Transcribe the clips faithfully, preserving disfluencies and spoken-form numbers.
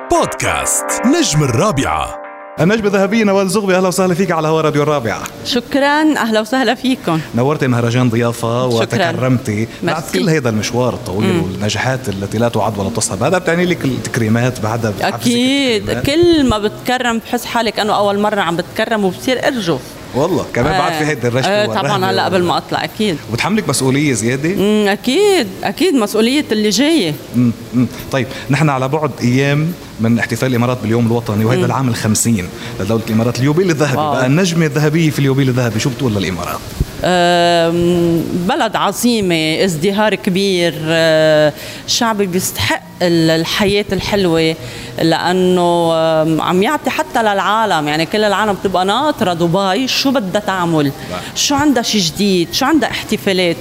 بودكاست نجم الرابعة. النجم الذهبي نوال زغبي، أهلا وسهلا فيك على هوا راديو الرابعة. شكرا، أهلا وسهلا فيكم. نورتي مهرجان ضيافة وتكرمتي بعد كل هذا المشوار الطويل مم. والنجاحات التي لا تعد ولا تحصى. هذا بتعني لك التكريمات بعدها؟ أكيد، كل ما بتكرم بحس حالك أنه أول مرة عم بتكرم وبصير أرجف والله كمان آه. بعد في هيدا الرشوة آه طبعا هلا قبل ما أطلع أكيد. وبتحملك مسؤولية زيادة؟ مم أكيد أكيد، مسؤولية اللي جاية. مم. مم. طيب نحن على بعد أيام من احتفال الإمارات باليوم الوطني، وهذا العام الخمسين لدولة الإمارات، اليوبيل الذهبي. بقى النجمة الذهبية في اليوبيل الذهبي، شو بتقول للإمارات؟ بلد عظيمة، ازدهار كبير، شعبي بيستحق الحياة الحلوة لأنه عم يعطي حتى للعالم. يعني كل العالم بتبقى ناطرة دبي شو بدها تعمل، شو عندها شي جديد، شو عندها احتفالات،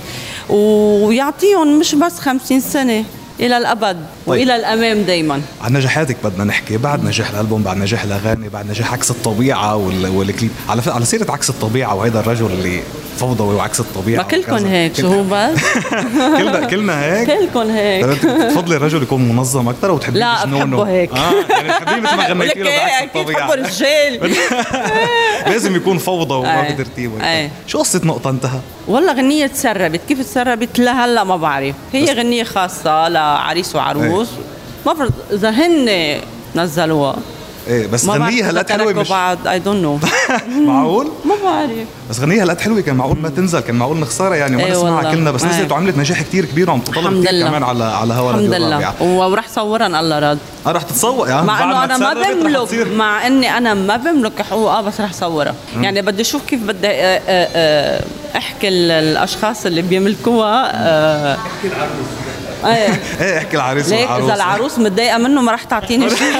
ويعطيهم مش بس خمسين سنة، إلى الأبد. طيب. وإلى الأمام دايما. عن نجاحاتك بدنا نحكي، بعد نجاح الألبوم، بعد نجاح الأغاني، بعد نجاح عكس الطبيعة والكليب. على على سيرة عكس الطبيعة وهذا الرجل اللي فوضوي وعكس الطبيعة، ما كلكم هيك شو هو بس كلنا كلنا هيك، كلكم هيك. تفضلي الرجل يكون منظم أكتر وتحبي لا بحبه هيك. آه يعني تحبيه مثل ما غنيتي له بعكس الطبيعة. أكيد الرجال لازم يكون فوضى وما بترتيب. شو قصة نقطة انتهى؟ والله غنية تسربت، كيف تسربت لهلا ما بعرف. هي غنية خاصة لعريس وعروس، ما بعرف إذا هن نزلوها. ايه بس غنية هلا حلوة مش بعد I don't know. معقول؟ ما بعرف. بس غنية هلا حلوة، كان معقول ما تنزل، كان معقول نخسرها يعني وما نسمعها كلنا، بس نزلت وعملت نجاح كتير كبير وعم تطلب كتير كمان على على هوا راديو الرابعة. وراح صورها الله راد. اه راح تتصور يعني، مع انه انا ما بملك، مع اني انا ما بملك حقوقها، بس راح صورها. يعني بدي اشوف كيف بدي احكي الاشخاص اللي بيملكوها. احكي العروس ايه ايه احكي العريس والعروس. اذا العروس متضايقه منه ما راح تعطيني شيء.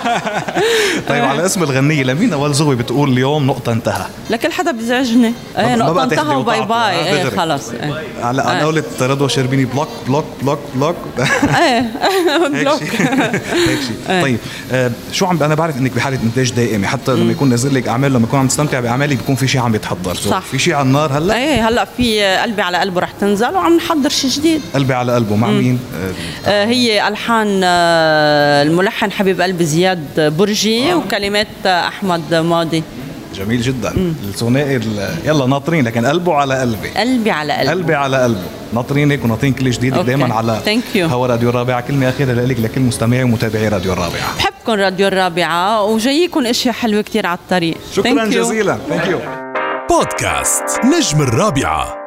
طيب على اسم الغنية، لمين نوال زغبي بتقول اليوم نقطة انتهى؟ لكل حدا بيزعجني. ايه نقطة انتهى وباي باي. ايه خلص. على قولة رضوى شربيني بلوك بلوك بلوك بلوك. ايه بلوك هيك شيء. طيب شو عم، انا بعرف انك بحالة انتاج دائمي، حتى لما يكون نازل لك اعمال، لما يكون عم تستمتع باعمالك بيكون في شيء عم يتحضر. صح. في شيء على النار هلا؟ ايه هلا في قلبي على قلبه رح تنزل وعم نحضر شيء جديد. قلبي على قلبه مع مين؟ آه هي ألحان آه الملحن حبيب قلبي زياد برجي، آه. وكلمات آه أحمد ماضي. جميل جدا. الثنائي يلا ناطرين، لكن قلبه على قلبي. قلبي على قلبه. قلبي على قلبه. ناطرينك وناطرين كل جديد دائما على هوا راديو الرابعة. كلمة أخيرة لك لكل مستمعي ومتابعي راديو الرابعة. بحبكم راديو الرابعة وجايكم أشياء حلوة كتير على الطريق. شكرا جزيلا. ثانك يو. بودكاست نجم الرابعة.